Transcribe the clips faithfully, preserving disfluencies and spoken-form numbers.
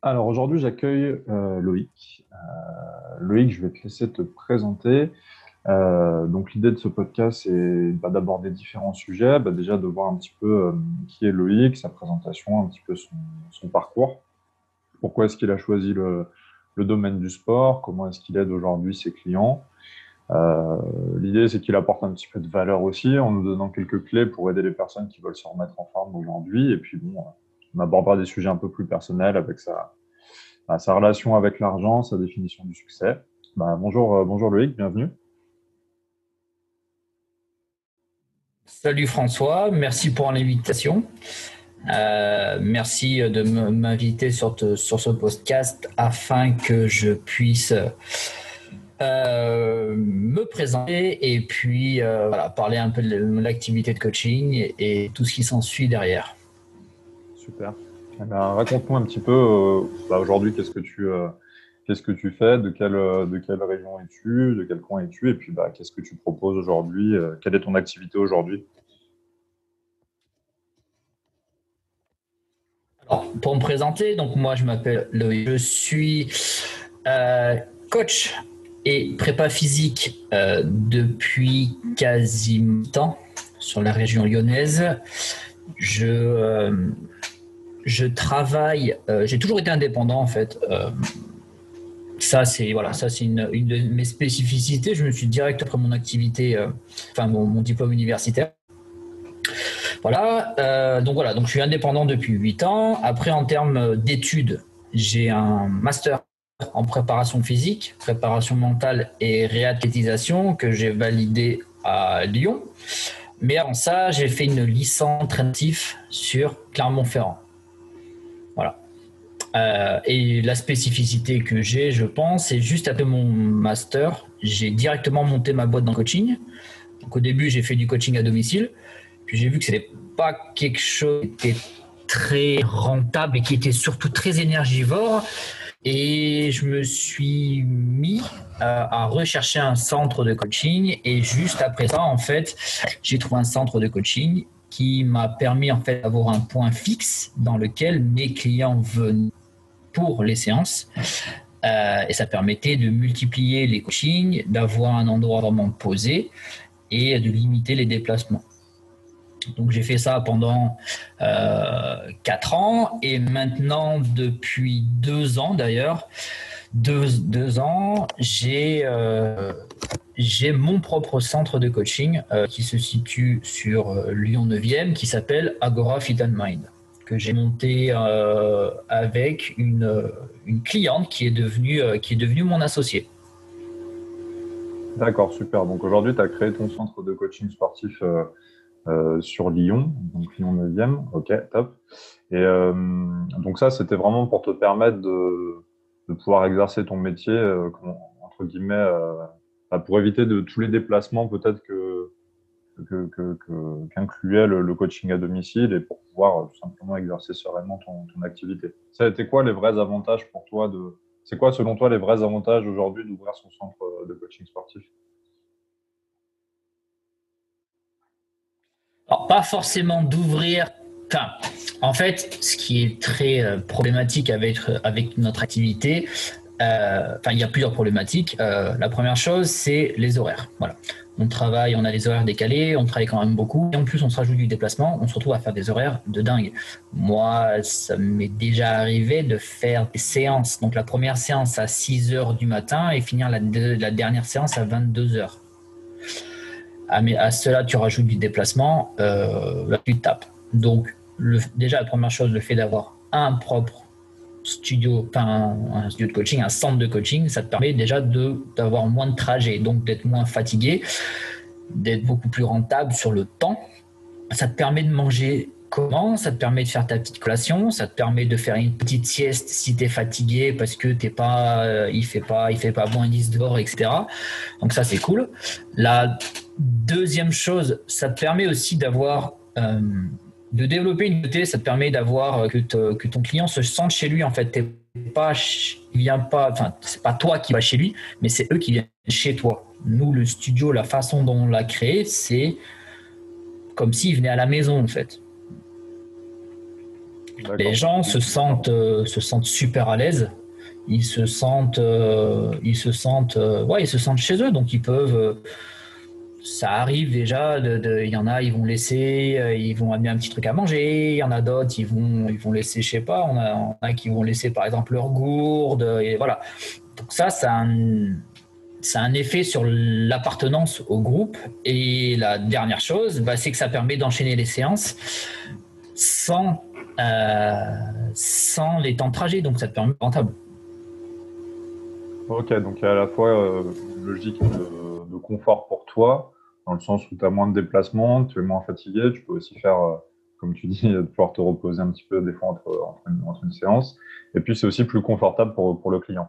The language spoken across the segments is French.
Alors aujourd'hui, j'accueille euh, Loïc. Euh, Loïc, je vais te laisser te présenter. Euh, donc l'idée de ce podcast, c'est bah, d'aborder différents sujets, bah, déjà de voir un petit peu euh, qui est Loïc, sa présentation, un petit peu son, son parcours. Pourquoi est-ce qu'il a choisi le, le domaine du sport? Comment est-ce qu'il aide aujourd'hui ses clients? Euh, L'idée, c'est qu'il apporte un petit peu de valeur aussi en nous donnant quelques clés pour aider les personnes qui veulent se remettre en forme aujourd'hui. Et puis bon, on abordera des sujets un peu plus personnels avec sa bah, sa relation avec l'argent, sa définition du succès. Bah, bonjour, euh, bonjour Loïc, bienvenue. Salut François, merci pour l'invitation. Euh, merci de m'inviter sur, te- sur ce podcast afin que je puisse euh, me présenter et puis euh, voilà, parler un peu de l'activité de coaching et, et tout ce qui s'ensuit derrière. Super. Eh ben, raconte-nous un petit peu euh, bah, aujourd'hui qu'est-ce que tu euh, qu'est-ce que tu fais, de quelle euh, de quelle région es-tu, de quel coin es-tu, et puis bah, qu'est-ce que tu proposes aujourd'hui, euh, quelle est ton activité aujourd'hui? Alors, pour me présenter, donc moi je m'appelle Loïc, je suis euh, coach et prépa physique euh, depuis quasiment temps sur la région lyonnaise. Je, euh, je travaille, euh, j'ai toujours été indépendant en fait. Euh, ça c'est voilà, ça c'est une, une de mes spécificités. Je me suis direct après mon activité, euh, enfin mon, mon diplôme universitaire. Voilà, euh, donc voilà, donc je suis indépendant depuis huit ans. Après, en termes d'études, j'ai un master en préparation physique, préparation mentale et réathlétisation que j'ai validé à Lyon. Mais avant ça, j'ai fait une licence traintif sur Clermont-Ferrand. Voilà. Euh, et la spécificité que j'ai, je pense, c'est juste après mon master, j'ai directement monté ma boîte dans le coaching. Donc au début, j'ai fait du coaching à domicile. Puis j'ai vu que c'était pas quelque chose qui était très rentable et qui était surtout très énergivore. Et je me suis mis à, à rechercher un centre de coaching. Et juste après ça, en fait, j'ai trouvé un centre de coaching qui m'a permis en fait d'avoir un point fixe dans lequel mes clients venaient pour les séances. Euh, et ça permettait de multiplier les coachings, d'avoir un endroit vraiment posé et de limiter les déplacements. Donc j'ai fait ça pendant euh, quatre ans et maintenant depuis deux ans d'ailleurs, deux, deux ans, j'ai euh, j'ai mon propre centre de coaching euh, qui se situe sur euh, Lyon neuvième qui s'appelle Agora Fit and Mind que j'ai monté euh, avec une, une cliente qui est devenue euh, qui est devenue mon associé. D'accord, super. Donc aujourd'hui, tu as créé ton centre de coaching sportif euh, euh, sur Lyon, donc Lyon neuvième. Ok, top. Et euh, donc ça, c'était vraiment pour te permettre de, de pouvoir exercer ton métier, euh, comment- entre guillemets, euh, bah, pour éviter de tous les déplacements peut-être que, que, que, que- qu'incluait le, le coaching à domicile et pour pouvoir euh, tout simplement exercer sereinement ton, ton activité. Ça a été quoi les vrais avantages pour toi de, c'est quoi selon toi les vrais avantages aujourd'hui d'ouvrir son centre euh, de coaching sportif? Alors, pas forcément d'ouvrir. Enfin, en fait, ce qui est très euh, problématique avec, avec notre activité, euh, enfin, il y a plusieurs problématiques. Euh, la première chose, c'est les horaires. Voilà. On travaille, on a les horaires décalés, on travaille quand même beaucoup. Et en plus, on se rajoute du déplacement, on se retrouve à faire des horaires de dingue. Moi, ça m'est déjà arrivé de faire des séances. Donc, la première séance à six heures du matin et finir la, de, la dernière séance à vingt-deux heures. Ah, mais à cela, tu rajoutes du déplacement, euh, là, tu tapes. Donc, le, déjà, la première chose, le fait d'avoir un propre studio, enfin, un, un studio de coaching, un centre de coaching, ça te permet déjà de, d'avoir moins de trajets, donc d'être moins fatigué, d'être beaucoup plus rentable sur le temps. Ça te permet de manger comment, ça te permet de faire ta petite collation, ça te permet de faire une petite sieste si tu es fatigué parce que t'es pas, euh, il fait pas, il fait pas moins dix dehors, et cetera. Donc ça c'est cool. La deuxième chose, ça te permet aussi d'avoir euh, de développer une beauté, ça te permet d'avoir euh, que, te, que ton client se sente chez lui en fait. T'es pas, il vient pas, enfin c'est pas toi qui vas chez lui, mais c'est eux qui viennent chez toi. Nous le studio, la façon dont on l'a créé, c'est comme s'il venait à la maison en fait. Les D'accord. gens se sentent, euh, se sentent super à l'aise. Ils se sentent, euh, ils se sentent, euh, ouais, ils se sentent chez eux, donc ils peuvent. Euh, ça arrive déjà. De, de- il y en a, ils vont laisser, euh, ils vont amener un petit truc à manger. Il y en a d'autres, ils vont, ils vont laisser, je sais pas. On a, on a qui vont laisser par exemple leur gourde. Et voilà. Donc ça, ça a un, ça a un effet sur l'appartenance au groupe. Et la dernière chose, bah, c'est que ça permet d'enchaîner les séances sans, euh, sans les temps de trajet. Donc ça te permet d'être rentable. Ok, donc il y a à la fois euh, une logique de, de confort pour toi, dans le sens où tu as moins de déplacements, tu es moins fatigué, tu peux aussi faire, euh, comme tu dis, de pouvoir te reposer un petit peu des fois entre, entre, une, entre une séance. Et puis c'est aussi plus confortable pour, pour le client.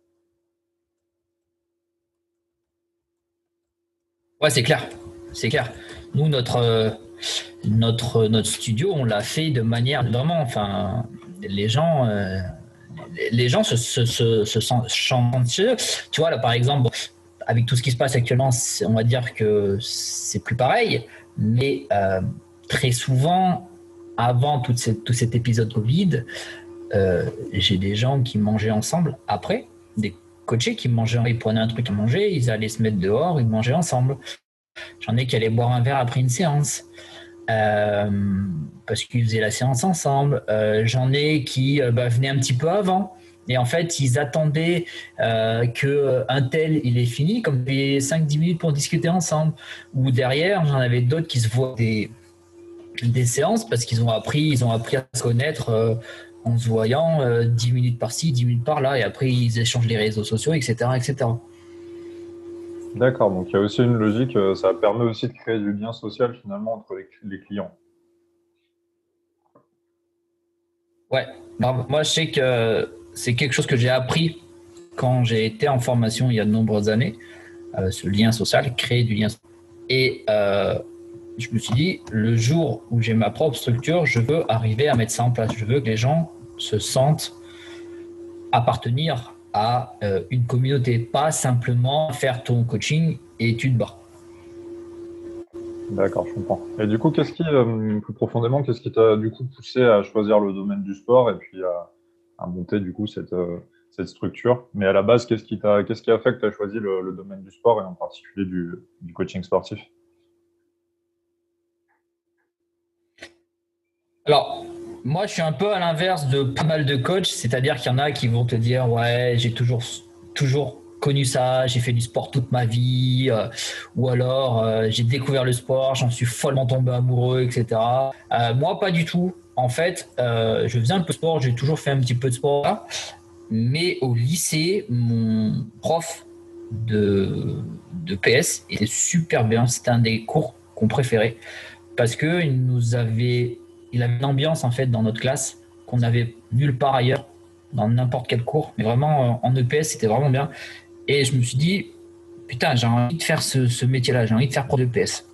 Ouais, c'est clair. C'est clair. Nous, notre, euh, notre, notre studio, on l'a fait de manière vraiment. Enfin, les gens. Euh, les gens se, se, se, se sentent chanceux. Tu vois, là, par exemple, avec tout ce qui se passe actuellement, on va dire que c'est plus pareil. Mais euh, très souvent, avant tout, cette, tout cet épisode Covid, euh, j'ai des gens qui mangeaient ensemble après, des coachés qui mangeaient, ils prenaient un truc à manger, ils allaient se mettre dehors, ils mangeaient ensemble. J'en ai qui allaient boire un verre après une séance. Euh, parce qu'ils faisaient la séance ensemble. Euh, j'en ai qui euh, bah, venaient un petit peu avant. Et en fait, ils attendaient euh, qu'un tel, il est fini, comme il y avait cinq dix minutes pour discuter ensemble. Ou derrière, j'en avais d'autres qui se voient des, des séances parce qu'ils ont appris, ils ont appris à se connaître euh, en se voyant euh, dix minutes par-ci, dix minutes par-là. Et après, ils échangent les réseaux sociaux, et cetera, et cetera. D'accord, donc il y a aussi une logique, euh, ça permet aussi de créer du lien social finalement entre les, les clients. Ouais. Alors, moi, je sais que c'est quelque chose que j'ai appris quand j'ai été en formation il y a de nombreuses années, euh, ce lien social, créer du lien social. Et euh, je me suis dit, le jour où j'ai ma propre structure, je veux arriver à mettre ça en place. Je veux que les gens se sentent appartenir à euh, une communauté, pas simplement faire ton coaching et tu te bats. D'accord, je comprends. Et du coup, qu'est-ce qui, euh, plus profondément, qu'est-ce qui t'a du coup poussé à choisir le domaine du sport et puis à, à monter du coup cette, euh, cette structure? Mais à la base, qu'est-ce qui t'a, qu'est-ce qui a fait que tu as choisi le, le domaine du sport et en particulier du, du coaching sportif? Alors, moi, je suis un peu à l'inverse de pas mal de coachs, c'est-à-dire qu'il y en a qui vont te dire, ouais, j'ai toujours, toujours connu ça, j'ai fait du sport toute ma vie, euh, ou alors euh, j'ai découvert le sport, j'en suis follement tombé amoureux, et cetera. Euh, moi, pas du tout. En fait, euh, je faisais un peu de sport, j'ai toujours fait un petit peu de sport, mais au lycée, mon prof de, de P S était super bien, c'était un des cours qu'on préférait parce que il nous avait, il avait une ambiance en fait dans notre classe qu'on n'avait nulle part ailleurs dans n'importe quel cours. Mais vraiment en E P S, c'était vraiment bien. Et je me suis dit, putain, j'ai envie de faire ce, ce métier-là, j'ai envie de faire prof de P S.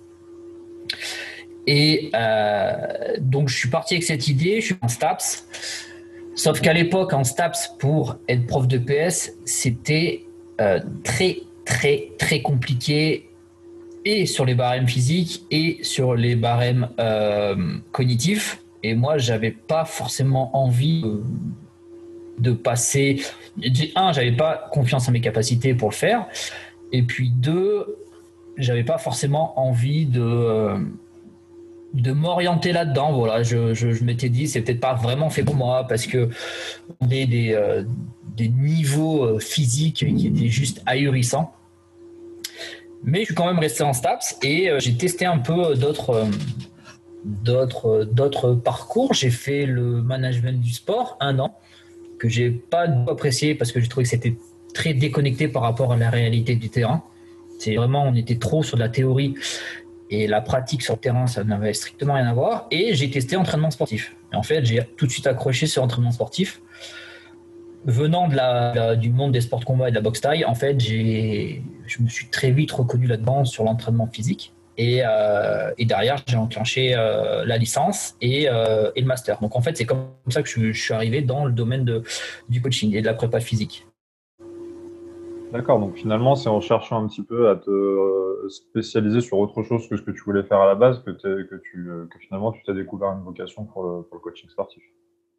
Et euh, donc je suis parti avec cette idée, je suis en STAPS. Sauf qu'à l'époque, en STAPS, pour être prof de P S, c'était euh, très, très, très compliqué et sur les barèmes physiques et sur les barèmes euh, cognitifs. Et moi, j'avais pas forcément envie de, de passer. Un, j'avais pas confiance en mes capacités pour le faire. Et puis deux, j'avais pas forcément envie de, euh, de m'orienter là-dedans. Voilà, je, je, je m'étais dit, c'est peut-être pas vraiment fait pour moi parce que on est des, euh, des niveaux euh, physiques qui étaient juste ahurissants. Mais je suis quand même resté en STAPS et euh, j'ai testé un peu d'autres euh, d'autres d'autres parcours. J'ai fait le management du sport un an que j'ai pas apprécié parce que j'ai trouvé que c'était très déconnecté par rapport à la réalité du terrain. C'est vraiment, on était trop sur de la théorie et la pratique sur le terrain, ça n'avait strictement rien à voir. Et j'ai testé entraînement sportif. Et en fait, j'ai tout de suite accroché sur entraînement sportif. Venant de la, la- du monde des sports de combat et de la boxe taille, en fait, j'ai, je me suis très vite reconnu là-dedans sur l'entraînement physique. Et, euh, et derrière, j'ai enclenché euh, la licence et, euh, et le master. Donc en fait, c'est comme ça que je, je suis arrivé dans le domaine de, du coaching et de la prépa physique. D'accord, donc finalement, c'est en cherchant un petit peu à te euh, spécialiser sur autre chose que ce que tu voulais faire à la base que, t'es- que, tu, euh, que finalement tu t'es découvert une vocation pour le, pour le coaching sportif.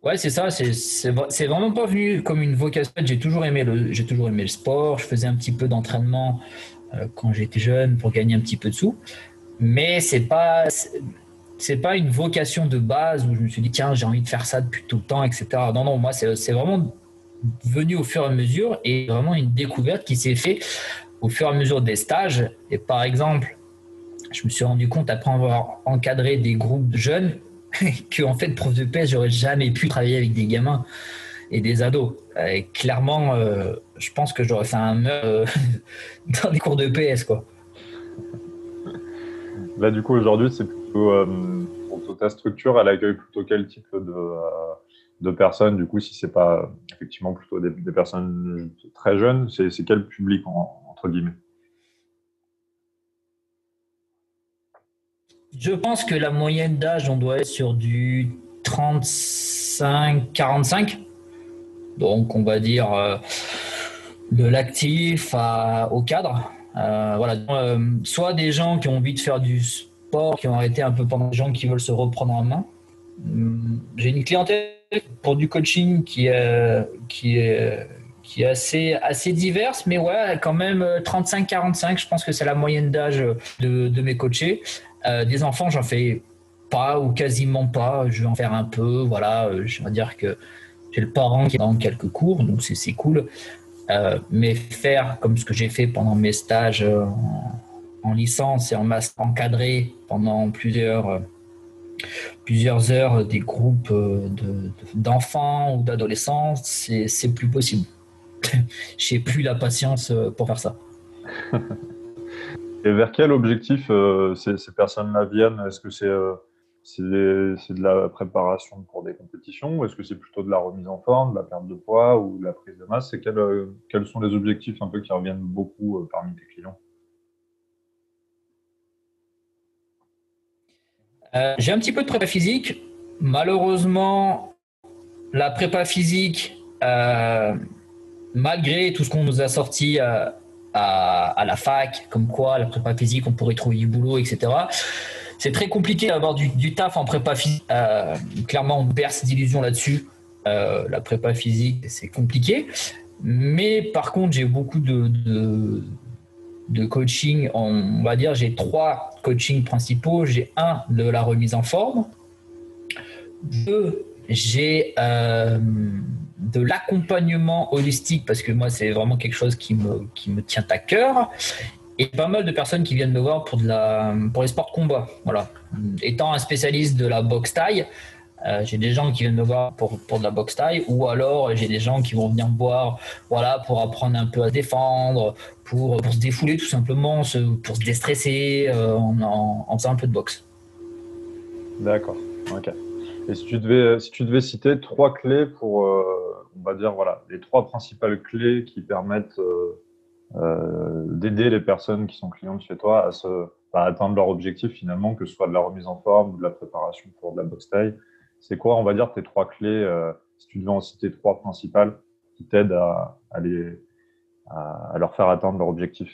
Ouais, c'est ça. C'est c'est vra- c'est vraiment pas venu comme une vocation. J'ai toujours aimé le, j'ai toujours aimé le sport. Je faisais un petit peu d'entraînement euh, quand j'étais jeune pour gagner un petit peu de sous. Mais c'est pas, c'est c'est pas une vocation de base où je me suis dit, tiens, j'ai envie de faire ça depuis tout le temps, et cetera. Non, non, moi, c'est c'est vraiment venu au fur et à mesure et vraiment une découverte qui s'est fait au fur et à mesure des stages. Et par exemple, je me suis rendu compte après avoir encadré des groupes de jeunes que, en fait, prof de P S, j'aurais jamais pu travailler avec des gamins et des ados. Et clairement, euh, je pense que j'aurais fait un meurtre euh, dans des cours de P S, quoi. Là, du coup, aujourd'hui, c'est plutôt, euh, pour ta structure, elle accueille plutôt quel type de, euh, de personnes, du coup, si c'est pas euh, effectivement plutôt des, des personnes très jeunes, c'est c'est quel public, en- entre guillemets? Je pense que la moyenne d'âge, on doit être sur du trente-cinq, quarante-cinq. Donc, on va dire euh, de l'actif à- au cadre. Euh, voilà. Euh, soit des gens qui ont envie de faire du sport, qui ont arrêté un peu pendant des gens qui veulent se reprendre en main. Hum, J'ai une clientèle pour du coaching qui est, qui est, qui est assez, assez diverse, mais ouais, quand même euh, trente-cinq quarante-cinq, je pense que c'est la moyenne d'âge de, de mes coachés. Euh, des enfants, j'en fais pas ou quasiment pas. Je vais en faire un peu. Voilà, euh, je vais dire que j'ai le parent qui est dans quelques cours, donc c'est c'est cool. Euh, mais faire comme ce que j'ai fait pendant mes stages euh, en, en licence et en master encadré pendant plusieurs, euh, plusieurs heures des groupes euh, de- d'enfants ou d'adolescents, c'est c'est plus possible. J'ai plus la patience euh, pour faire ça. Et vers quel objectif euh, ces, ces personnes-là viennent? Est-ce que c'est euh, c'est des- c'est de la préparation pour des compétitions ou est-ce que c'est plutôt de la remise en forme, de la perte de poids ou de la prise de masse? C'est quel, euh, quels sont les objectifs un peu qui reviennent beaucoup euh, parmi tes clients? Euh, j'ai un petit peu de prépa physique. Malheureusement, la prépa physique, euh, malgré tout ce qu'on nous a sorti euh, à, à la fac, comme quoi la prépa physique, on pourrait trouver du boulot, et cetera. C'est très compliqué d'avoir du, du taf en prépa physique. Euh, clairement, on berce d'illusions là-dessus. Euh, la prépa physique, c'est compliqué. Mais par contre, j'ai beaucoup de, de, de coaching. On va dire, j'ai trois coachings principaux. J'ai un de la remise en forme. Deux, j'ai euh, de l'accompagnement holistique parce que moi, c'est vraiment quelque chose qui me, qui me tient à cœur. Et pas mal de personnes qui viennent me voir pour, de la, pour les sports de combat. Voilà. Étant un spécialiste de la boxe taille, euh, j'ai des gens qui viennent me voir pour, pour de la boxe taille, ou alors j'ai des gens qui vont venir me voir voilà, pour apprendre un peu à se défendre, pour, pour se défouler tout simplement, se, pour se déstresser euh, en, en, en faisant un peu de boxe. D'accord. Ok. Et si tu devais, si tu devais citer trois clés pour, euh, on va dire, voilà, les trois principales clés qui permettent euh, euh, d'aider les personnes qui sont clientes chez toi à, se, à atteindre leur objectif finalement, que ce soit de la remise en forme ou de la préparation pour de la boxe taille, c'est quoi, on va dire, tes trois clés, euh, si tu devais en citer trois principales, qui t'aident à, à, les, à, à leur faire atteindre leur objectif?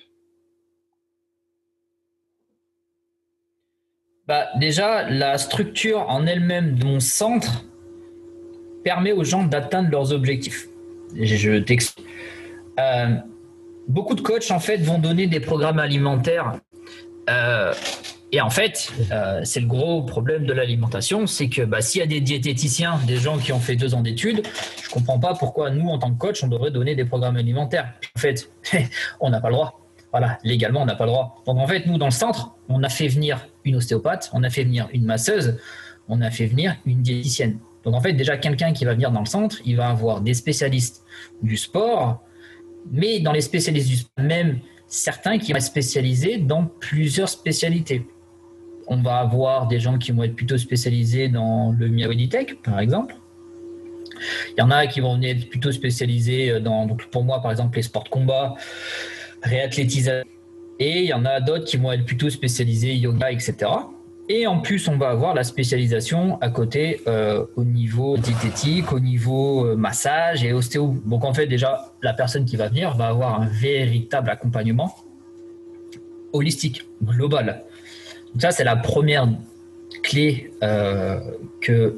Bah, déjà, la structure en elle-même de mon centre permet aux gens d'atteindre leurs objectifs. Je t'explique. Euh, beaucoup de coachs en fait vont donner des programmes alimentaires euh, et en fait euh, c'est le gros problème de l'alimentation, c'est que bah, s'il y a des diététiciens, des gens qui ont fait deux ans d'études, je comprends pas pourquoi nous en tant que coach on devrait donner des programmes alimentaires. En fait on n'a pas le droit. Voilà, légalement on n'a pas le droit. Donc en fait nous dans le centre on a fait venir une ostéopathe, on a fait venir une masseuse, on a fait venir une diététicienne. Donc en fait déjà quelqu'un qui va venir dans le centre, il va avoir des spécialistes du sport, mais dans les spécialistes du sport, même certains qui vont être spécialisés dans plusieurs spécialités. On va avoir des gens qui vont être plutôt spécialisés dans le Miyawadi Tech, par exemple. Il y en a qui vont être plutôt spécialisés dans, donc pour moi, par exemple, les sports de combat, réathlétisation. Et il y en a d'autres qui vont être plutôt spécialisés yoga, et cetera. Et en plus, on va avoir la spécialisation à côté euh, au niveau diététique, au niveau euh, massage et ostéo. Donc en fait, déjà, la personne qui va venir va avoir un véritable accompagnement holistique, global. Donc ça, c'est la première clé euh, que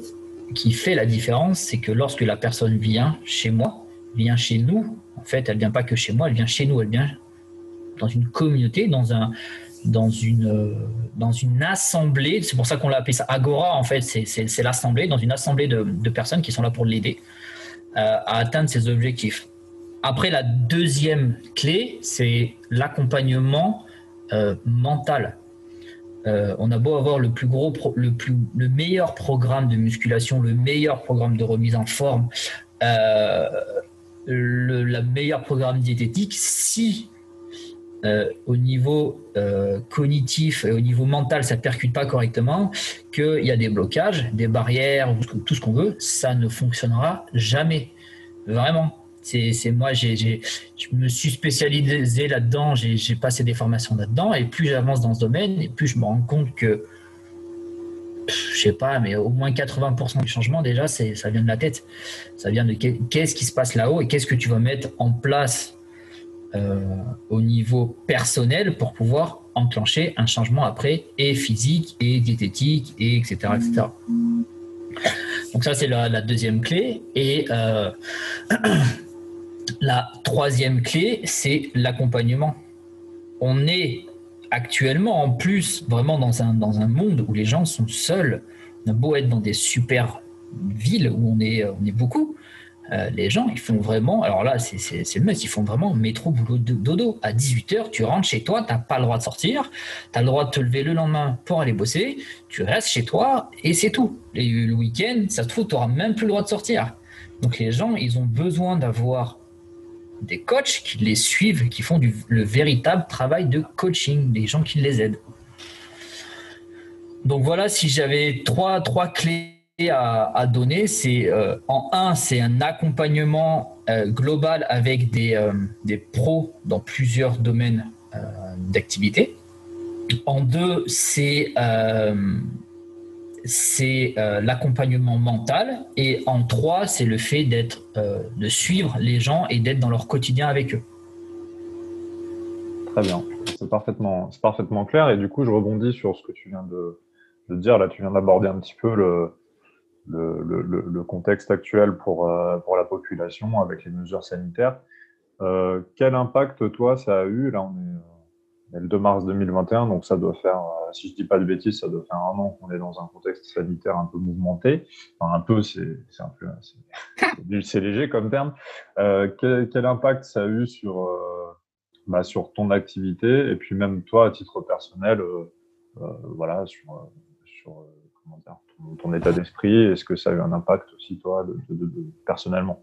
qui fait la différence, c'est que lorsque la personne vient chez moi, vient chez nous, en fait, elle vient pas que chez moi, elle vient chez nous, elle vient dans une communauté, dans un, dans une, dans une assemblée. C'est pour ça qu'on l'a appelé ça Agora. En fait, c'est, c'est, c'est l'assemblée, dans une assemblée de, de personnes qui sont là pour l'aider euh, à atteindre ses objectifs. Après, la deuxième clé, c'est l'accompagnement euh, mental. Euh, on a beau avoir le plus gros, pro, le plus, le meilleur programme de musculation, le meilleur programme de remise en forme, euh, le la meilleur programme diététique, si euh, au niveau euh, cognitif et au niveau mental ça ne percute pas correctement, qu'il y a des blocages, des barrières, tout ce qu'on veut, ça ne fonctionnera jamais. Vraiment. C'est, c'est moi, j'ai, j'ai, je me suis spécialisé là-dedans, j'ai, j'ai passé des formations là-dedans, et plus j'avance dans ce domaine, et plus je me rends compte que, pff, je sais pas, mais au moins quatre-vingts pour cent du changement, déjà, c'est, ça vient de la tête. Ça vient de qu'est-ce qui se passe là-haut et qu'est-ce que tu vas mettre en place euh, au niveau personnel pour pouvoir enclencher un changement après, et physique, et diététique, et etc. et cetera. Donc ça, c'est la, la deuxième clé. Et euh, la troisième clé, c'est l'accompagnement. On est actuellement, en plus, vraiment dans un, dans un monde où les gens sont seuls. On a beau être dans des super villes où on est, on est beaucoup. Euh, les gens, ils font vraiment... Alors là, c'est, c'est, c'est le must, ils font vraiment métro, boulot, dodo. À dix-huit heures, tu rentres chez toi, tu n'as pas le droit de sortir. Tu as le droit de te lever le lendemain pour aller bosser. Tu restes chez toi et c'est tout. Et le week-end, ça te fout, tu n'auras même plus le droit de sortir. Donc les gens, ils ont besoin d'avoir des coachs qui les suivent, qui font du, le véritable travail de coaching, des gens qui les aident. Donc voilà, si j'avais trois, trois clés à, à donner, c'est euh, en un, c'est un accompagnement euh, global avec des, euh, des pros dans plusieurs domaines euh, d'activité. En deux, c'est, euh, c'est euh, l'accompagnement mental. Et en trois, c'est le fait d'être, euh, de suivre les gens et d'être dans leur quotidien avec eux. Très bien, c'est parfaitement, c'est parfaitement clair. Et du coup, je rebondis sur ce que tu viens de, de dire. Là, tu viens d'aborder un petit peu le, le, le, le contexte actuel pour, euh, pour la population avec les mesures sanitaires. Euh, quel impact, toi, ça a eu? Là, on est, on est le deux mars deux mille vingt et un, donc ça doit faire, euh, si je dis pas de bêtises, ça doit faire un an qu'on est dans un contexte sanitaire un peu mouvementé. Enfin, un peu, c'est, c'est un peu, c'est, c'est léger comme terme. Euh, quel, quel impact ça a eu sur, euh, bah, sur ton activité et puis même toi, à titre personnel, euh, euh, voilà, sur, sur euh, comment dire, ton, ton état d'esprit? Est-ce que ça a eu un impact aussi, toi, de, de, de, de, personnellement?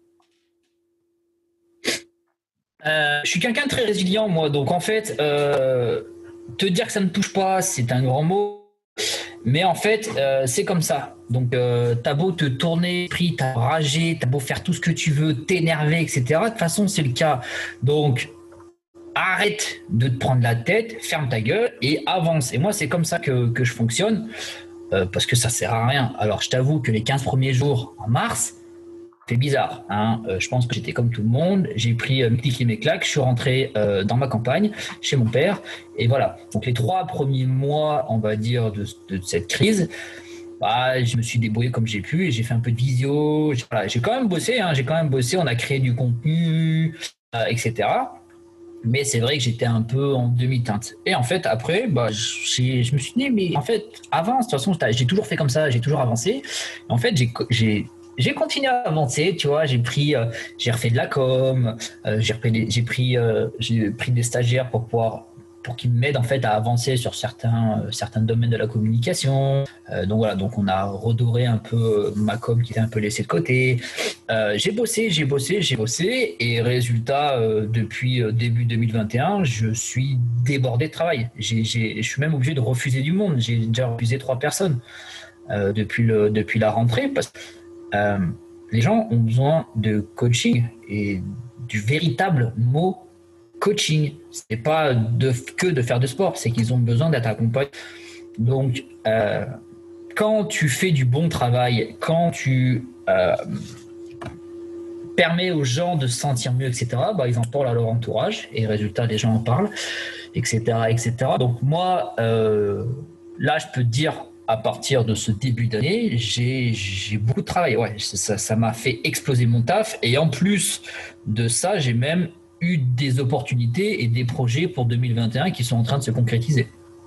Euh, je suis quelqu'un de très résilient, moi. Donc, en fait, euh, te dire que ça ne touche pas, c'est un grand mot. Mais en fait, euh, c'est comme ça. Donc, euh, t'as beau te tourner, pris, t'as ragé, t'as beau faire tout ce que tu veux, t'énerver, et cetera. De toute façon, c'est le cas. Donc, arrête de te prendre la tête, ferme ta gueule et avance. Et moi, c'est comme ça que, que je fonctionne euh, parce que ça sert à rien. Alors, je t'avoue que les quinze premiers jours en mars, c'est bizarre, hein. Euh, je pense que j'étais comme tout le monde. J'ai pris euh, mes clics et mes claques. Je suis rentré euh, dans ma campagne, chez mon père. Et voilà. Donc, les trois premiers mois, on va dire, de, de cette crise, bah, je me suis débrouillé comme j'ai pu et j'ai fait un peu de visio. J'ai, voilà, j'ai quand même bossé. Hein, j'ai quand même bossé. On a créé du contenu, euh, et cetera. Mais c'est vrai que j'étais un peu en demi-teinte. Et en fait, après, bah, j'ai, je me suis dit, mais en fait, avance. De toute façon, j'ai toujours fait comme ça. J'ai toujours avancé. En fait, j'ai... j'ai J'ai continué à avancer, tu vois. J'ai pris, euh, j'ai refait de la com, euh, j'ai, repris, j'ai pris, euh, j'ai pris des stagiaires pour pouvoir, pour qu'ils m'aident en fait à avancer sur certains, euh, certains domaines de la communication. Euh, donc voilà, donc on a redoré un peu ma com qui était un peu laissée de côté. Euh, j'ai bossé, j'ai bossé, j'ai bossé, et résultat, euh, depuis euh, début deux mille vingt et un, je suis débordé de travail. J'ai, j'ai, je suis même obligé de refuser du monde. J'ai déjà refusé trois personnes euh, depuis le, depuis la rentrée parce que Euh, les gens ont besoin de coaching et du véritable mot coaching. C'est pas de, que de faire de sport, c'est qu'ils ont besoin d'être accompagnés. Donc, euh, quand tu fais du bon travail, quand tu euh, permets aux gens de se sentir mieux, et cetera, bah, ils en parlent à leur entourage et résultat, les gens en parlent, et cetera, et cetera. Donc moi, euh, là, je peux te dire à partir de ce début d'année, j'ai, j'ai beaucoup de travail. Ouais, ça, ça m'a fait exploser mon taf. Et en plus de ça, j'ai même eu des opportunités et des projets pour deux mille vingt et un qui sont en train de se concrétiser.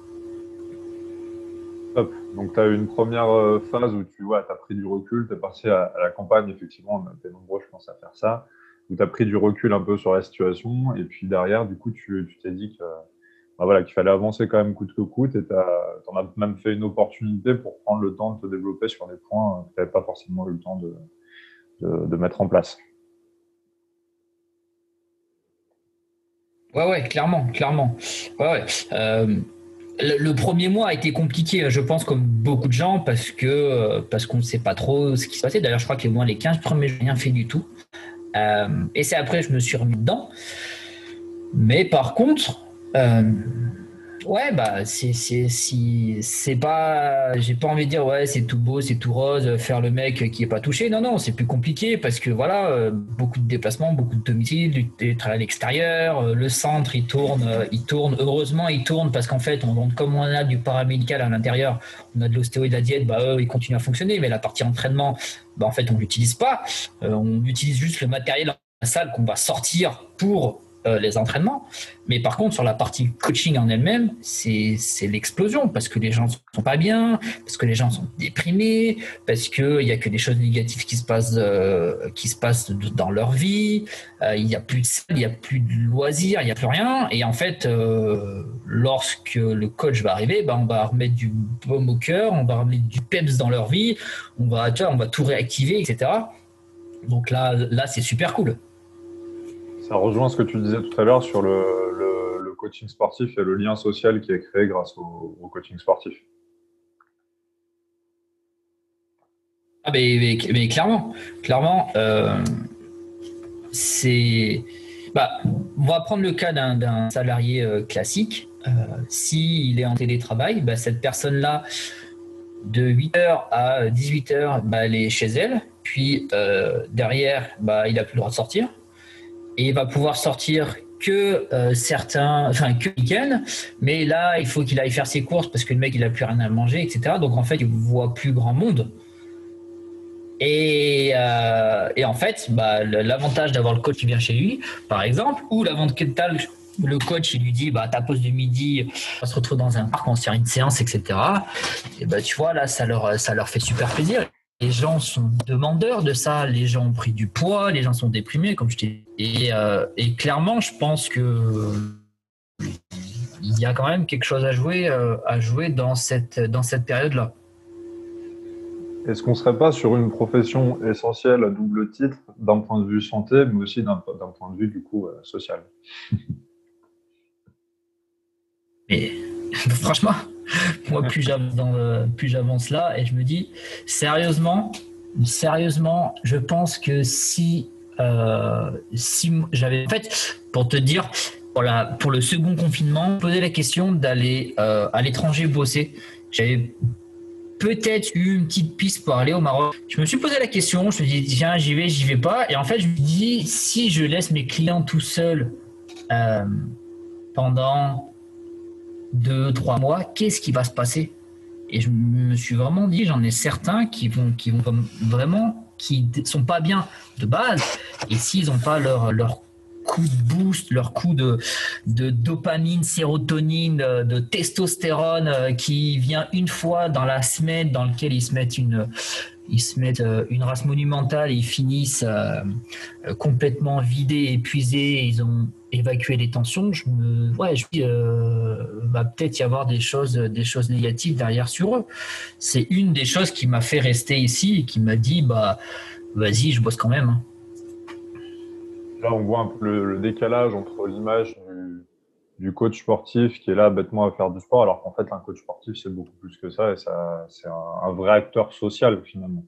Top. Donc, tu as eu une première euh, phase où tu vois, as pris du recul, tu es parti à, à la campagne, effectivement, on était nombreux, je pense, à faire ça, où tu as pris du recul un peu sur la situation, et puis derrière, du coup, tu tu t'es dit que, bah voilà, qu'il fallait avancer quand même coûte que coûte, et tu en as même fait une opportunité pour prendre le temps de te développer sur des points euh, que tu n'avais pas forcément eu le temps de, de, de mettre en place. Ouais, ouais, clairement, clairement. Ouais, ouais. Euh, le, le premier mois a été compliqué, je pense, comme beaucoup de gens, parce que euh, parce qu'on ne sait pas trop ce qui se passait. D'ailleurs, je crois que moi, les quinze premiers, je n'ai rien fait du tout. Euh, et c'est après que je me suis remis dedans. Mais par contre, euh, ouais, bah, c'est, c'est, si, c'est pas, j'ai pas envie de dire, ouais, c'est tout beau, c'est tout rose, faire le mec qui est pas touché. Non, non, c'est plus compliqué parce que voilà, euh, beaucoup de déplacements, beaucoup de domiciles, du télétravail à l'extérieur, euh, le centre, il tourne, euh, il tourne. Heureusement, il tourne parce qu'en fait, on, comme on a du paramédical à l'intérieur, on a de l'ostéo et de la diète, bah, eux, ils continuent à fonctionner. Mais la partie entraînement, bah, en fait, on l'utilise pas. Euh, on utilise juste le matériel dans la salle qu'on va sortir pour euh, les entraînements. Mais par contre, sur la partie coaching en elle-même, c'est, c'est l'explosion parce que les gens sont pas bien, parce que les gens sont déprimés, parce qu'il n'y a que des choses négatives qui se passent, euh, qui se passent dans leur vie. Euh, il n'y a plus de salle, il n'y a plus de loisirs, il n'y a plus rien. Et en fait, euh, lorsque le coach va arriver, bah, on va remettre du baume au cœur, on va remettre du peps dans leur vie, on va, tu vois, on va tout réactiver, et cetera. Donc là, là, c'est super cool. Ça rejoint ce que tu disais tout à l'heure sur le, le, le coaching sportif et le lien social qui est créé grâce au, au coaching sportif. Ah mais, mais, mais clairement, clairement, euh, c'est. Bah, on va prendre le cas d'un, d'un salarié euh, classique. Euh, S'il est en télétravail, bah, cette personne-là, de huit heures à dix-huit heures, bah, elle est chez elle. Puis euh, derrière, bah, il n'a plus le droit de sortir. Et il va pouvoir sortir que euh, certains, enfin que le week-end, mais là il faut qu'il aille faire ses courses parce que le mec il a plus rien à manger, et cetera. Donc en fait il voit plus grand monde. Et, euh, et en fait, bah, l'avantage d'avoir le coach qui vient chez lui, par exemple, ou l'avantage le coach il lui dit bah ta pause de midi, on va se retrouver dans un parc, on se faire une séance, et cetera. Et bah tu vois là ça leur ça leur fait super plaisir. Les gens sont demandeurs de ça, les gens ont pris du poids, les gens sont déprimés, comme je t'ai dit. Et, euh, et clairement, je pense que il y a quand même quelque chose à jouer, euh, à jouer dans cette, dans cette période-là. Est-ce qu'on ne serait pas sur une profession essentielle à double titre d'un point de vue santé, mais aussi d'un d'un point de vue du coup euh, social? Mais franchement, moi, plus j'avance, dans le- plus j'avance là, et je me dis, sérieusement, sérieusement, je pense que si, euh, si m- j'avais, en fait, pour te dire, pour, la- pour le second confinement, poser la question d'aller euh, à l'étranger bosser. J'avais peut-être eu une petite piste pour aller au Maroc. Je me suis posé la question, je me suis dit, tiens, j'y vais, j'y vais pas. Et en fait, je me dis, si je laisse mes clients tout seuls euh, pendant deux, trois mois, qu'est-ce qui va se passer? Et je me suis vraiment dit, j'en ai certains qui vont, qui vont vraiment, qui sont pas bien de base. Et s'ils n'ont pas leur, leur coup de boost, leur coup de, de dopamine, sérotonine, de, de testostérone euh, qui vient une fois dans la semaine, dans lequel ils se mettent une, ils se mettent euh, une race monumentale et ils finissent euh, euh, complètement vidés, épuisés, ils ont évacué les tensions. Je me, ouais, je dis, euh, va peut-être y avoir des choses, des choses négatives derrière sur eux. C'est une des choses qui m'a fait rester ici et qui m'a dit, bah, vas-y, je bosse quand même. Hein. Là, on voit un peu le, le décalage entre l'image du, du coach sportif qui est là bêtement à faire du sport, alors qu'en fait, un coach sportif, c'est beaucoup plus que ça et ça, c'est un, un vrai acteur social finalement.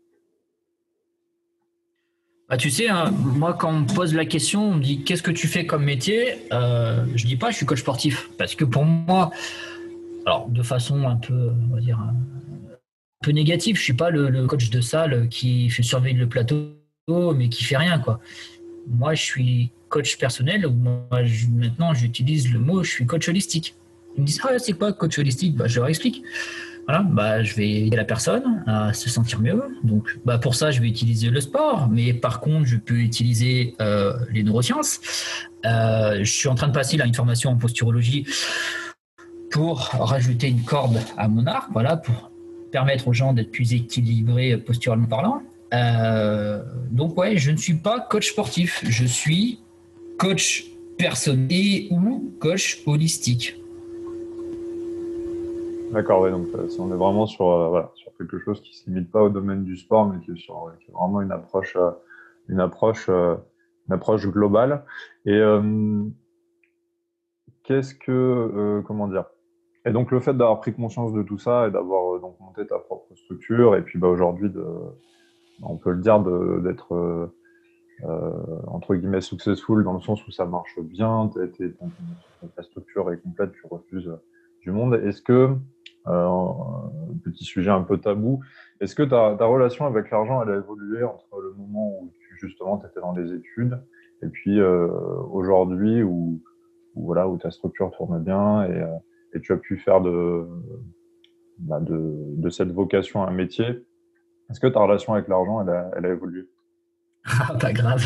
Bah, tu sais, hein, moi, quand on me pose la question, on me dit qu'est-ce que tu fais comme métier, euh, je dis pas je suis coach sportif. Parce que pour moi, alors de façon un peu, on va dire, un peu négative, je suis pas le, le coach de salle qui fait surveiller le plateau, mais qui fait rien, quoi. Moi, je suis coach personnel. Moi, je- maintenant, j'utilise le mot je suis coach holistique. Ils me disent ah, c'est quoi coach holistique? Bah, je leur explique. voilà, bah, je vais aider la personne à se sentir mieux. Donc, bah, pour ça, je vais utiliser le sport. Mais par contre, je peux utiliser euh, les neurosciences. Euh, je suis en train de passer là, une formation en posturologie pour rajouter une corde à mon arc, voilà, pour permettre aux gens d'être plus équilibrés posturalement parlant. Euh, donc, ouais, je ne suis pas coach sportif. Je suis coach personnel ou coach holistique. D'accord, ouais, donc euh, on est vraiment sur, euh, voilà, sur quelque chose qui ne se limite pas au domaine du sport, mais qui est, sur, qui est vraiment une approche, euh, une, approche, euh, une approche globale. Et euh, qu'est-ce que, euh, comment dire? Et donc le fait d'avoir pris conscience de tout ça et d'avoir euh, donc monté ta propre structure, et puis bah, aujourd'hui, de, on peut le dire, de- d'être euh, euh, entre guillemets successful dans le sens où ça marche bien, t'es- t'es- ton- ton- ta structure est complète, tu refuses du monde. Est-ce que, euh, petit sujet un peu tabou, est-ce que ta, ta relation avec l'argent, elle a évolué entre le moment où tu, justement tu étais dans les études et puis euh, aujourd'hui où, où, voilà, où ta structure tourne bien et, euh, et tu as pu faire de, bah, de, de cette vocation un métier? Est-ce que ta relation avec l'argent, elle a, elle a évolué? Ah, pas grave.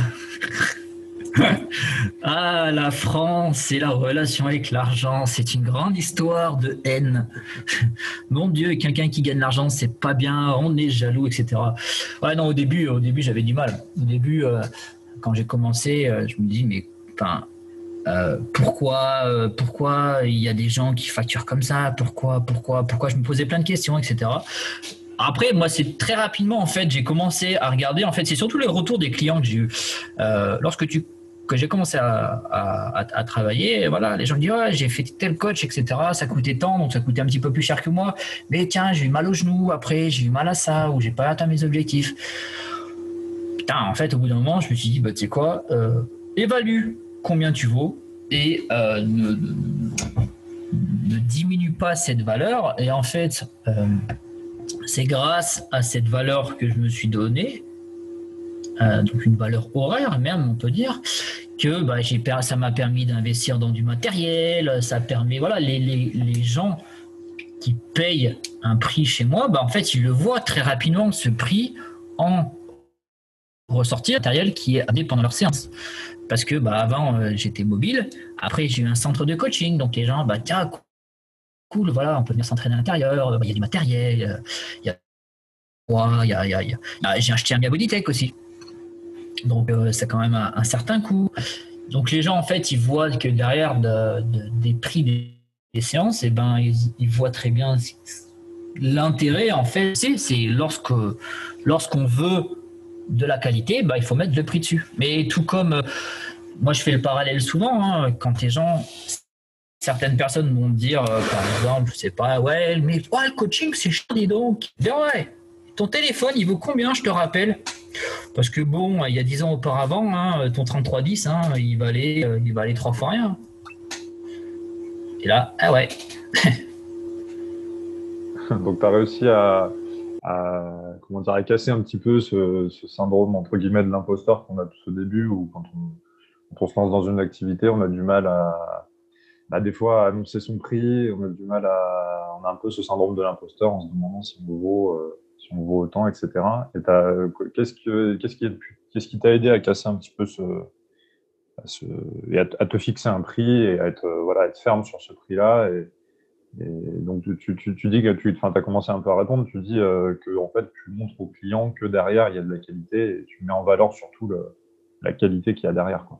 Ah, la France et la relation avec l'argent, c'est une grande histoire de haine. Mon Dieu, quelqu'un qui gagne l'argent, c'est pas bien, on est jaloux, et cetera. Ouais, non, au début, au début, j'avais du mal. Au début, euh, quand j'ai commencé, euh, je me dis, mais enfin, euh, pourquoi, euh, pourquoi il y a des gens qui facturent comme ça? Pourquoi, pourquoi, pourquoi? Je me posais plein de questions, et cetera. Après, moi, c'est très rapidement, en fait, j'ai commencé à regarder. En fait, c'est surtout les retours des clients que j'ai eu. Euh, lorsque tu que j'ai commencé à, à, à, à travailler, voilà, les gens me disent ouais, j'ai fait tel coach, et cetera. Ça coûtait tant, donc ça coûtait un petit peu plus cher que moi. Mais tiens, j'ai eu mal au genou. Après, j'ai eu mal à ça, ou j'ai pas atteint mes objectifs. Putain, en fait, au bout d'un moment, je me suis dit, bah, tu sais quoi, euh, évalue combien tu vaux et euh, ne, ne, ne diminue pas cette valeur. Et en fait, euh, c'est grâce à cette valeur que je me suis donnée, euh, donc une valeur horaire même, on peut dire, que bah, j'ai, ça m'a permis d'investir dans du matériel, ça permet, voilà, les, les, les gens qui payent un prix chez moi, bah, en fait, ils le voient très rapidement, ce prix, en ressortir matériel qui est amené pendant leur séance. Parce que bah, avant, euh, j'étais mobile, après, j'ai eu un centre de coaching, donc les gens, bah, tiens, cool, voilà, on peut venir s'entraîner à l'intérieur, il y a du matériel, il y a il y a, il y a, il y a... j'ai acheté un Miabodytech aussi. Donc, euh, c'est quand même un, un certain coût. Donc, les gens, en fait, ils voient que derrière de, de, des prix des, des séances, eh ben, ils, ils voient très bien l'intérêt, en fait, c'est, c'est lorsque, lorsqu'on veut de la qualité, bah, il faut mettre le prix dessus. Mais tout comme, euh, moi, je fais le parallèle souvent, hein, quand les gens, certaines personnes vont me dire, euh, par exemple, je sais pas, ouais, mais ouais, le coaching, c'est cher, dis donc. Je dis, ouais, ton téléphone, il vaut combien, je te rappelle? Parce que bon, il y a dix ans auparavant, hein, ton trente-trois dix, hein, il valait, euh, il valait trois fois rien. Et là, ah ouais. Donc, tu as réussi à, à, comment dire, à casser un petit peu ce, ce syndrome, entre guillemets, de l'imposteur qu'on a tous au début, où quand on, quand on se lance dans une activité, on a du mal à, bah, des fois, à annoncer son prix, on a du mal à, on a un peu ce syndrome de l'imposteur en se demandant si on vaut, euh, si on vaut autant, et cetera. Et t'as, qu'est-ce que, qu'est-ce qui est, qu'est-ce qui t'a aidé à casser un petit peu ce, à, ce, et à, à te fixer un prix et à être, euh, voilà, à être ferme sur ce prix-là. Et, et donc, tu, tu, tu dis que tu as commencé un peu à répondre, tu dis euh, que en fait, tu montres au client que derrière, il y a de la qualité et tu mets en valeur surtout le, la qualité qu'il y a derrière, quoi.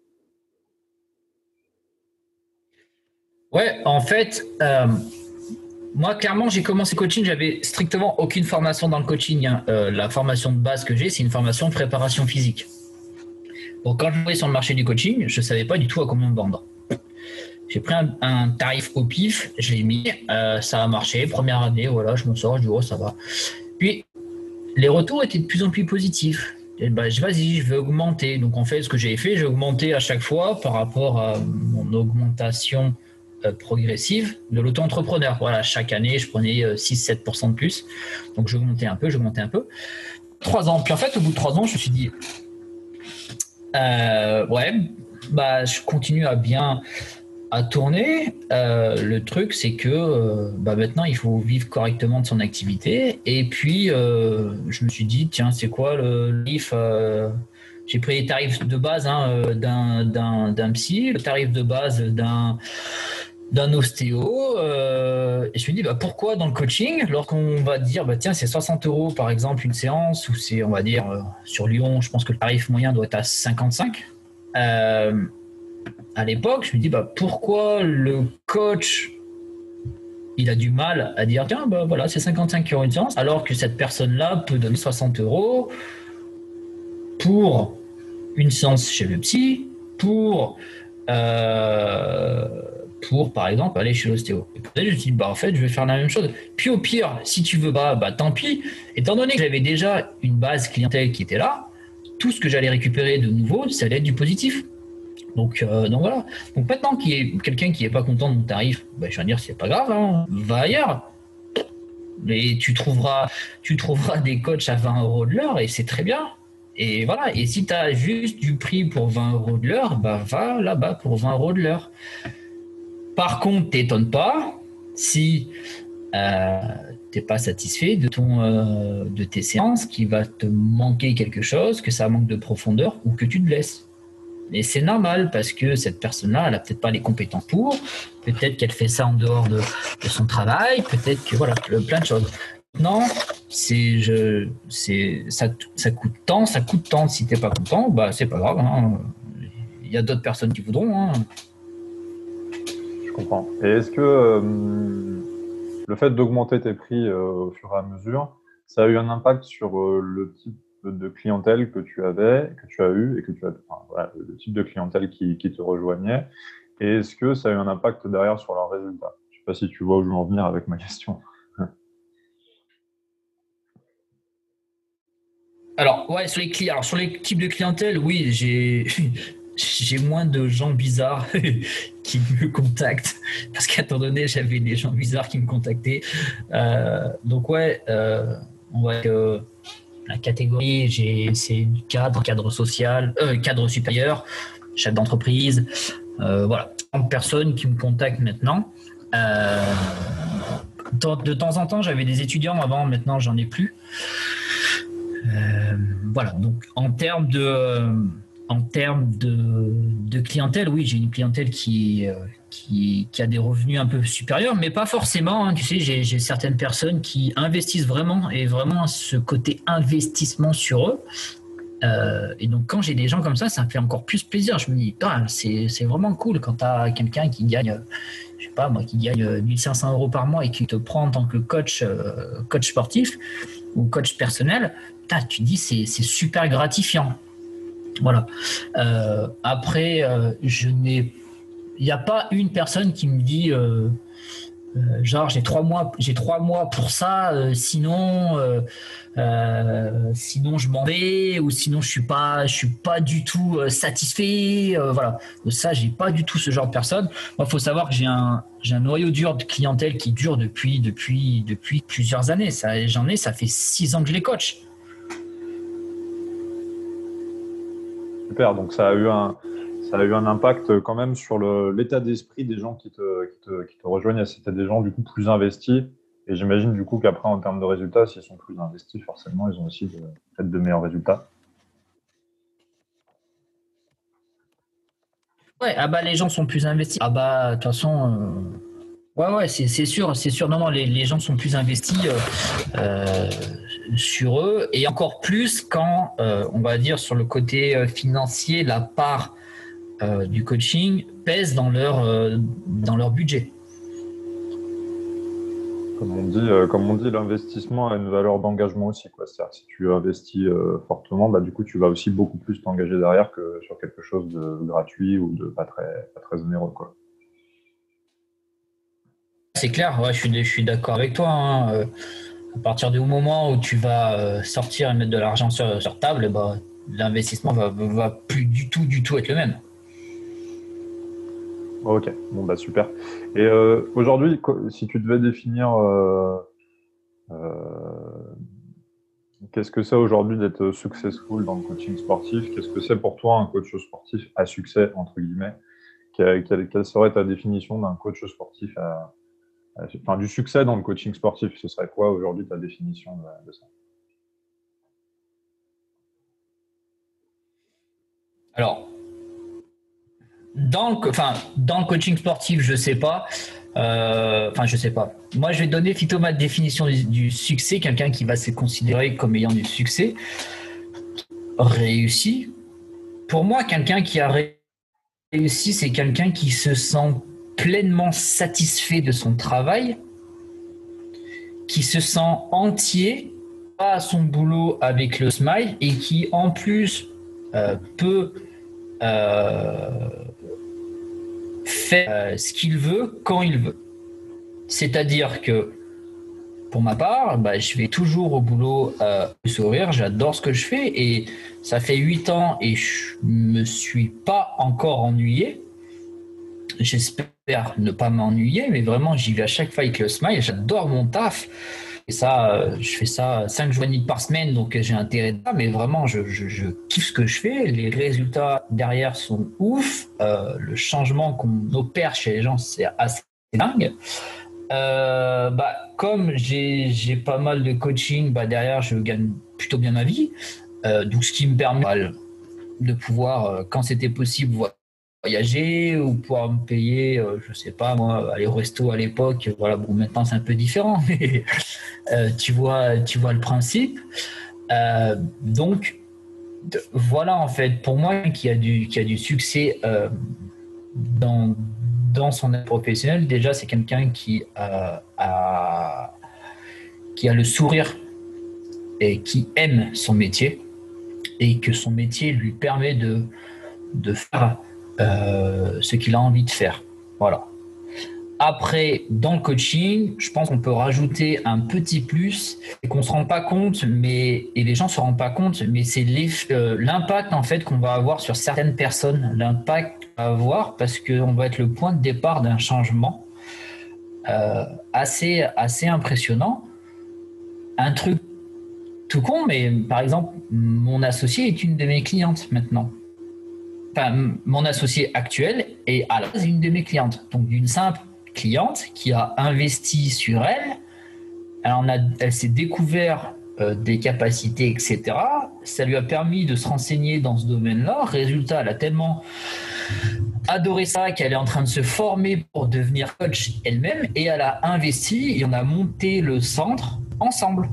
Ouais, en fait, euh, moi, clairement, j'ai commencé le coaching, j'avais strictement aucune formation dans le coaching, hein. Euh, la formation de base que j'ai, c'est une formation de préparation physique. Donc, quand je vais sur le marché du coaching, je ne savais pas du tout à combien me vendre. J'ai pris un, un tarif au pif, je l'ai mis, euh, ça a marché. Première année, voilà, je m'en sors, je dis, oh, ça va. Puis, les retours étaient de plus en plus positifs. Et ben, je vas-y, je vais augmenter. Donc, en fait, ce que j'ai fait, j'ai augmenté à chaque fois par rapport à mon augmentation euh, progressive de l'auto-entrepreneur. Voilà, chaque année, je prenais euh, six à sept pour cent de plus. Donc, j'augmentais un peu, j'augmentais un peu. Trois ans. Puis, en fait, au bout de trois ans, je me suis dit, euh, ouais, bah, je continue à bien à tourner. Euh, le truc, c'est que euh, bah maintenant, il faut vivre correctement de son activité. Et puis, euh, je me suis dit, tiens, c'est quoi le tarif euh, J'ai pris les tarifs de base hein, euh, d'un, d'un, d'un psy, le tarif de base d'un, d'un ostéo. Euh, et je me dis, bah, pourquoi dans le coaching, lorsqu'on va dire, bah, tiens, c'est soixante euros par exemple une séance, ou c'est, on va dire, euh, sur Lyon, je pense que le tarif moyen doit être à cinquante-cinq. Euh, à l'époque, je me dis bah, pourquoi le coach il a du mal à dire tiens bah voilà c'est cinquante-cinq euros une séance alors que cette personne-là peut donner soixante euros pour une séance chez le psy, pour euh, pour par exemple aller chez l'ostéo. Et peut-être je me dis bah en fait je vais faire la même chose. Puis au pire si tu veux pas bah tant pis. Étant donné que j'avais déjà une base clientèle qui était là, tout ce que j'allais récupérer de nouveau ça allait être du positif. Donc, euh, donc voilà. Donc maintenant qu'il y ait quelqu'un qui n'est pas content de mon tarif, ben, je vais dire c'est pas grave, hein, va ailleurs. Mais tu trouveras, tu trouveras des coachs à vingt euros de l'heure et c'est très bien. Et voilà. Et si tu as juste du prix pour vingt euros de l'heure, bah va là-bas pour vingt euros de l'heure. Par contre, t'étonnes pas si euh, t'es pas satisfait de ton euh, de tes séances, qu'il va te manquer quelque chose, que ça manque de profondeur ou que tu te blesses. Et c'est normal parce que cette personne-là, elle a peut-être pas les compétences pour, peut-être qu'elle fait ça en dehors de, de son travail, peut-être que voilà, plein de choses. Non, c'est je, c'est ça, ça coûte tant, ça coûte tant. Si t'es pas content, bah c'est pas grave. Hein. Il y a d'autres personnes qui voudront. Hein. Je comprends. Et est-ce que euh, le fait d'augmenter tes prix euh, au fur et à mesure, ça a eu un impact sur euh, le type de clientèle que tu avais, que tu as eu et que tu as, enfin, voilà, le type de clientèle qui, qui te rejoignait? Et est-ce que ça a eu un impact derrière sur leurs résultats? Je ne sais pas si tu vois où je veux en venir avec ma question. Alors ouais, sur les clients, alors sur les types de clientèle, oui, j'ai j'ai moins de gens bizarres qui me contactent parce qu'à un moment donné, j'avais des gens bizarres qui me contactaient. Euh, donc ouais, euh, on voit que la catégorie, j'ai, c'est du cadre, cadre social, euh, cadre supérieur, chef d'entreprise, euh, voilà, trente personnes qui me contactent maintenant. Euh, de temps en temps, j'avais des étudiants avant, maintenant j'en ai plus. Euh, voilà, donc en termes de, euh, en termes de, de clientèle, oui, j'ai une clientèle qui, euh, qui, qui a des revenus un peu supérieurs, mais pas forcément. Hein, tu sais, j'ai, j'ai certaines personnes qui investissent vraiment et vraiment ce côté investissement sur eux. Euh, et donc quand j'ai des gens comme ça, ça me fait encore plus plaisir. Je me dis, ah, c'est, c'est vraiment cool quand tu as quelqu'un qui gagne, je sais pas moi, qui gagne mille cinq cents euros par mois et qui te prend en tant que coach, euh, coach sportif ou coach personnel. Putain, tu te dis, c'est, c'est super gratifiant. Voilà. Euh, après, euh, je n'ai, il n'y a pas une personne qui me dit, euh, euh, genre j'ai trois mois, j'ai trois mois pour ça, euh, sinon, euh, euh, sinon je m'en vais ou sinon je suis pas, je suis pas du tout euh, satisfait. Euh, voilà. Ça, j'ai pas du tout ce genre de personne. Moi, faut savoir que j'ai un, j'ai un noyau dur de clientèle qui dure depuis, depuis, depuis plusieurs années. Ça, j'en ai, ça fait six ans que je les coach. Super, donc ça a eu un, ça a eu un impact quand même sur le, l'état d'esprit des gens qui te, qui te, qui te rejoignent. C'était des gens du coup plus investis. Et j'imagine du coup qu'après, en termes de résultats, s'ils sont plus investis, forcément, ils ont aussi de, peut-être de meilleurs résultats. Ouais, ah bah les gens sont plus investis. Ah bah de toute façon, euh, ouais ouais c'est c'est sûr, c'est sûr. Non non, les, les gens sont plus investis euh, euh, sur eux et encore plus quand euh, on va dire sur le côté euh, financier, la part euh, du coaching pèse dans leur euh, dans leur budget. Comme on dit, euh, comme on dit, l'investissement a une valeur d'engagement aussi, quoi. C'est-à-dire que si tu investis euh, fortement, bah, du coup, tu vas aussi beaucoup plus t'engager derrière que sur quelque chose de gratuit ou de pas très, pas très onéreux, quoi. C'est clair, ouais, je suis je suis d'accord avec toi. Hein. Euh, à partir du moment où tu vas euh, sortir et mettre de l'argent sur, sur table, bah, l'investissement va, va plus du tout du tout être le même. Ok, bon, bah super. Et euh, aujourd'hui, co- si tu devais définir euh, euh, qu'est-ce que c'est aujourd'hui d'être successful dans le coaching sportif, qu'est-ce que c'est pour toi un coach sportif à succès, entre guillemets? quelle, quelle, quelle serait ta définition d'un coach sportif à, à, enfin, du succès dans le coaching sportif? Ce serait quoi aujourd'hui ta définition de, de ça? Alors, dans le, enfin, dans le coaching sportif, je sais pas. Euh, Enfin, je sais pas. Moi, je vais donner plutôt ma définition du, du succès. Quelqu'un qui va se considérer comme ayant du succès réussi. Pour moi, quelqu'un qui a réussi, c'est quelqu'un qui se sent pleinement satisfait de son travail, qui se sent entier à son boulot avec le smile et qui, en plus, euh, peut euh, faire euh, ce qu'il veut quand il veut. C'est-à-dire que, pour ma part, bah, je vais toujours au boulot euh, sourire, j'adore ce que je fais et ça fait huit ans et je me suis pas encore ennuyé. J'espère ne pas m'ennuyer, mais vraiment j'y vais à chaque fois avec le smile, j'adore mon taf. Et ça, euh, je fais ça cinq jours et demi par semaine, donc j'ai intérêt de ça, mais vraiment je, je, je kiffe ce que je fais, les résultats derrière sont ouf, euh, le changement qu'on opère chez les gens c'est assez dingue. Euh, bah, comme j'ai, j'ai pas mal de coaching, bah, derrière, je gagne plutôt bien ma vie. Euh, donc, ce qui me permet bah, de pouvoir, euh, quand c'était possible, voyager ou pouvoir me payer, euh, je sais pas, moi, aller au resto à l'époque. Voilà, bon, maintenant, c'est un peu différent, mais euh, tu vois, tu vois le principe. Euh, donc, de, voilà, en fait, pour moi, qui a du, qui a du succès euh, dans dans son aide professionnelle, déjà, c'est quelqu'un qui, euh, a, qui a le sourire et qui aime son métier et que son métier lui permet de, de faire euh, ce qu'il a envie de faire. Voilà. Après, dans le coaching, je pense qu'on peut rajouter un petit plus et qu'on ne se rend pas compte, mais, et les gens ne se rendent pas compte, mais c'est euh, l'impact en fait qu'on va avoir sur certaines personnes, l'impact qu'on va avoir parce qu'on va être le point de départ d'un changement euh, assez, assez impressionnant. Un truc tout con, mais par exemple, mon associé est une de mes clientes maintenant. Enfin, mon associé actuel est à la base une de mes clientes, donc d'une simple cliente qui a investi sur elle, elle, en a, elle s'est découvert euh, des capacités, et cetera. Ça lui a permis de se renseigner dans ce domaine-là. Résultat, elle a tellement adoré ça qu'elle est en train de se former pour devenir coach elle-même et elle a investi et on a monté le centre ensemble.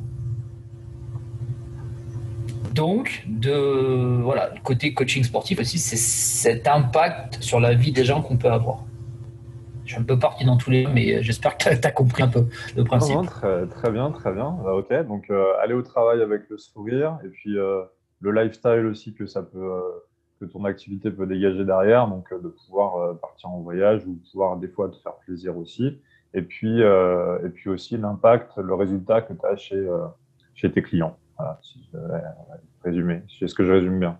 Donc, de, voilà, le côté coaching sportif aussi, c'est cet impact sur la vie des gens qu'on peut avoir. Je suis un peu parti dans tous les mais j'espère que tu as compris un peu le principe. Non, non, très, très bien, très bien. Ah, ok, donc euh, aller au travail avec le sourire et puis euh, le lifestyle aussi que ça peut, euh, que ton activité peut dégager derrière, donc euh, de pouvoir euh, partir en voyage ou pouvoir des fois te faire plaisir aussi. Et puis, euh, et puis aussi l'impact, le résultat que tu as chez, euh, chez tes clients. Voilà, si je devais résumer. Est-ce que je résume bien?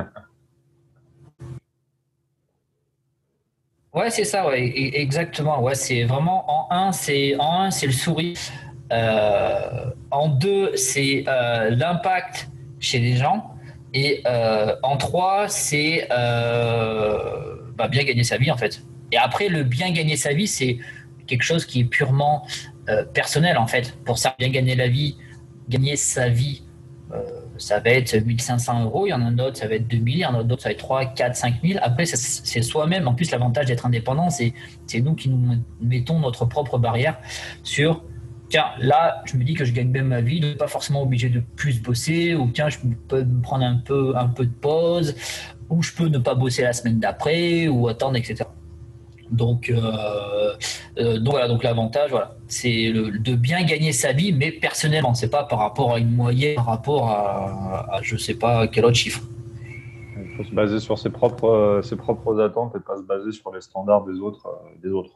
Ouais, c'est ça, ouais, e- exactement. Ouais, c'est vraiment en un, c'est en un, c'est le sourire. Euh, en deux, c'est euh, l'impact chez les gens. Et euh, en trois, c'est euh, bah, bien gagner sa vie en fait. Et après, le bien gagner sa vie, c'est quelque chose qui est purement euh, personnel en fait. Pour ça, bien gagner la vie, gagner sa vie, euh, ça va être mille cinq cents euros. Il y en a d'autres, ça va être deux mille. Il y en a d'autres, ça va être trois, quatre, cinq mille. Après, c'est, c'est soi-même. En plus, l'avantage d'être indépendant, c'est, c'est nous qui nous mettons notre propre barrière sur tiens, là, je me dis que je gagne bien ma vie, de pas forcément obligé de plus bosser, ou tiens, je peux me prendre un peu, un peu de pause, ou je peux ne pas bosser la semaine d'après, ou attendre, et cetera. Donc, euh, euh, donc voilà, donc l'avantage, voilà, c'est le, de bien gagner sa vie, mais personnellement, c'est pas par rapport à une moyenne, par rapport à, à je sais pas quel autre chiffre. Il faut se baser sur ses propres, euh, ses propres attentes et pas se baser sur les standards des autres, euh, des autres.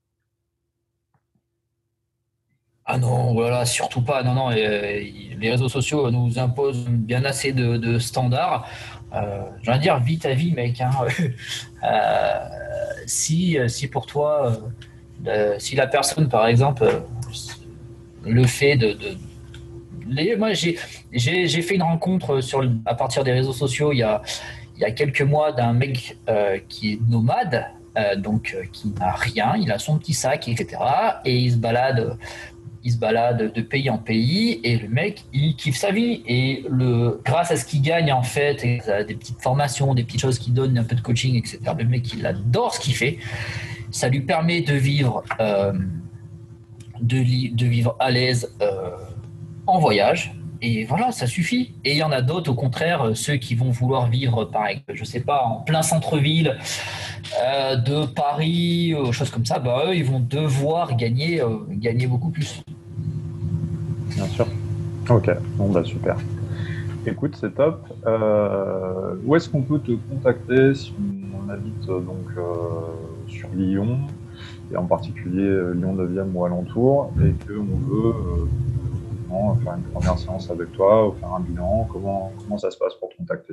Ah non, voilà, surtout pas. Non, non, euh, les réseaux sociaux nous imposent bien assez de, de standards. Euh, je veux dire, vis ta vie, mec. Hein. Euh, si, si pour toi, euh, si la personne, par exemple, euh, le fait de, de les, moi, j'ai, j'ai, j'ai fait une rencontre sur, à partir des réseaux sociaux il y a, il y a quelques mois d'un mec euh, qui est nomade euh, donc euh, qui n'a rien, il a son petit sac, et cetera. Et il se balade, il se balade de pays en pays, et le mec, il kiffe sa vie. Et le, grâce à ce qu'il gagne, en fait, et à des petites formations, des petites choses qu'il donne, un peu de coaching, et cetera, le mec, il adore ce qu'il fait. Ça lui permet de vivre, euh, de, li- de vivre à l'aise euh, en voyage. Et voilà, ça suffit. Et il y en a d'autres, au contraire, euh, ceux qui vont vouloir vivre, par exemple, je sais pas, en plein centre-ville euh, de Paris, euh, choses comme ça, bah eux, ils vont devoir gagner, euh, gagner beaucoup plus. Bien sûr. Ok, bon bah super. Écoute, c'est top. Euh, où est-ce qu'on peut te contacter si on habite euh, donc euh, sur Lyon, et en particulier euh, Lyon neuvième ou alentour, et qu'on veut euh, potentiellement faire une première séance avec toi ou faire un bilan? Comment, comment ça se passe pour te contacter?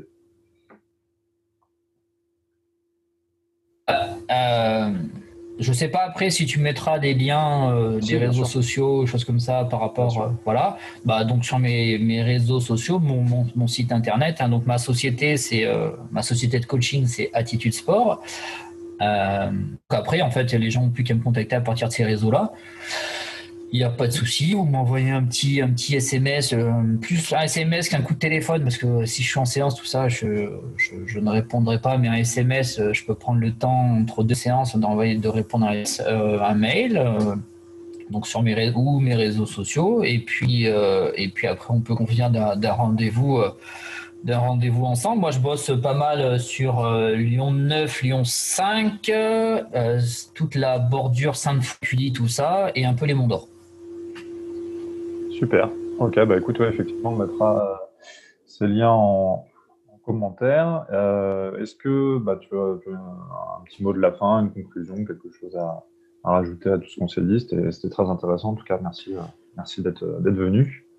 Euh, je sais pas après si tu mettras des liens, euh, des Si, bien réseaux sûr, sociaux, choses comme ça par bien rapport, sûr. euh, voilà. Bah donc sur mes, mes réseaux sociaux, mon, mon, mon site internet, hein, donc ma société, c'est euh, ma société de coaching, c'est Attitude Sport. Euh, après, en fait, les gens ont plus qu'à me contacter à partir de ces réseaux-là. Il n'y a pas de souci, vous m'envoyez un petit, un petit S M S, euh, plus un S M S qu'un coup de téléphone, parce que si je suis en séance, tout ça, je, je, je ne répondrai pas, mais un S M S, euh, je peux prendre le temps entre deux séances d'envoyer, de répondre à euh, un mail, euh, donc sur mes réseaux ou mes réseaux sociaux, et puis, euh, et puis après, on peut convenir d'un, d'un rendez-vous. Euh, d'un rendez-vous ensemble. Moi, je bosse pas mal sur euh, Lyon neuf, Lyon cinq, euh, toute la bordure Sainte-Foy, tout ça, et un peu les Monts d'Or. Super. Ok, bah écoute, ouais, effectivement, on mettra euh, ces liens en, en commentaire. Euh, est-ce que bah, tu as, tu as un, un petit mot de la fin, une conclusion, quelque chose à, à rajouter à tout ce qu'on s'est dit? C'était, c'était très intéressant. En tout cas, merci, euh, merci d'être, d'être venu.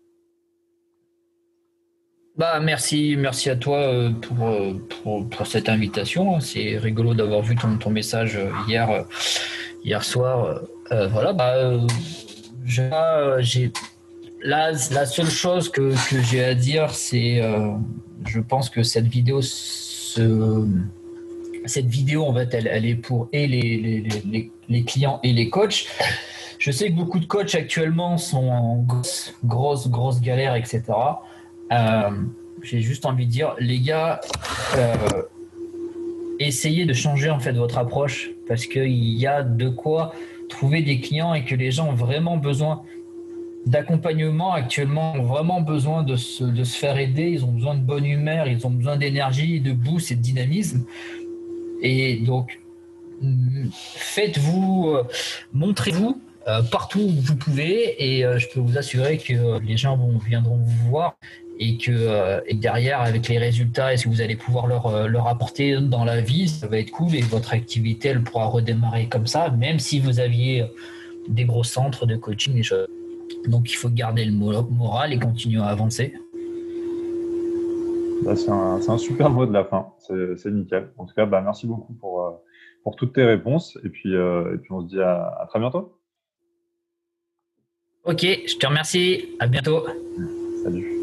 Bah merci, merci à toi euh, pour, euh, pour, pour cette invitation. C'est rigolo d'avoir vu ton, ton message euh, hier, euh, hier soir. Euh, euh, voilà, bah, euh, je- euh, j'ai la, la seule chose que, que j'ai à dire, c'est euh, je pense que cette vidéo se, cette vidéo en fait elle, elle est pour et les, les, les, les clients et les coachs. Je sais que beaucoup de coachs actuellement sont en grosse, grosse, grosse galère, et cetera. Euh, j'ai juste envie de dire, les gars, euh, essayez de changer en fait votre approche parce qu'il y a de quoi trouver des clients et que les gens ont vraiment besoin d'accompagnement actuellement, ont vraiment besoin de se, de se faire aider, ils ont besoin de bonne humeur, ils ont besoin d'énergie, de boost et de dynamisme. Et donc, faites-vous, euh, montrez-vous euh, partout où vous pouvez et euh, je peux vous assurer que euh, les gens vont, viendront vous voir et que euh, et derrière avec les résultats et ce que vous allez pouvoir leur, euh, leur apporter dans la vie, ça va être cool et votre activité elle pourra redémarrer comme ça, même si vous aviez des gros centres de coaching et choses. Donc il faut garder le moral et continuer à avancer. Bah, c'est un, c'est un super mot de la fin. C'est, c'est nickel. En tout cas, bah, merci beaucoup pour, euh, pour toutes tes réponses. Et puis, euh, et puis on se dit à, à très bientôt. Ok, je te remercie, à bientôt. Salut.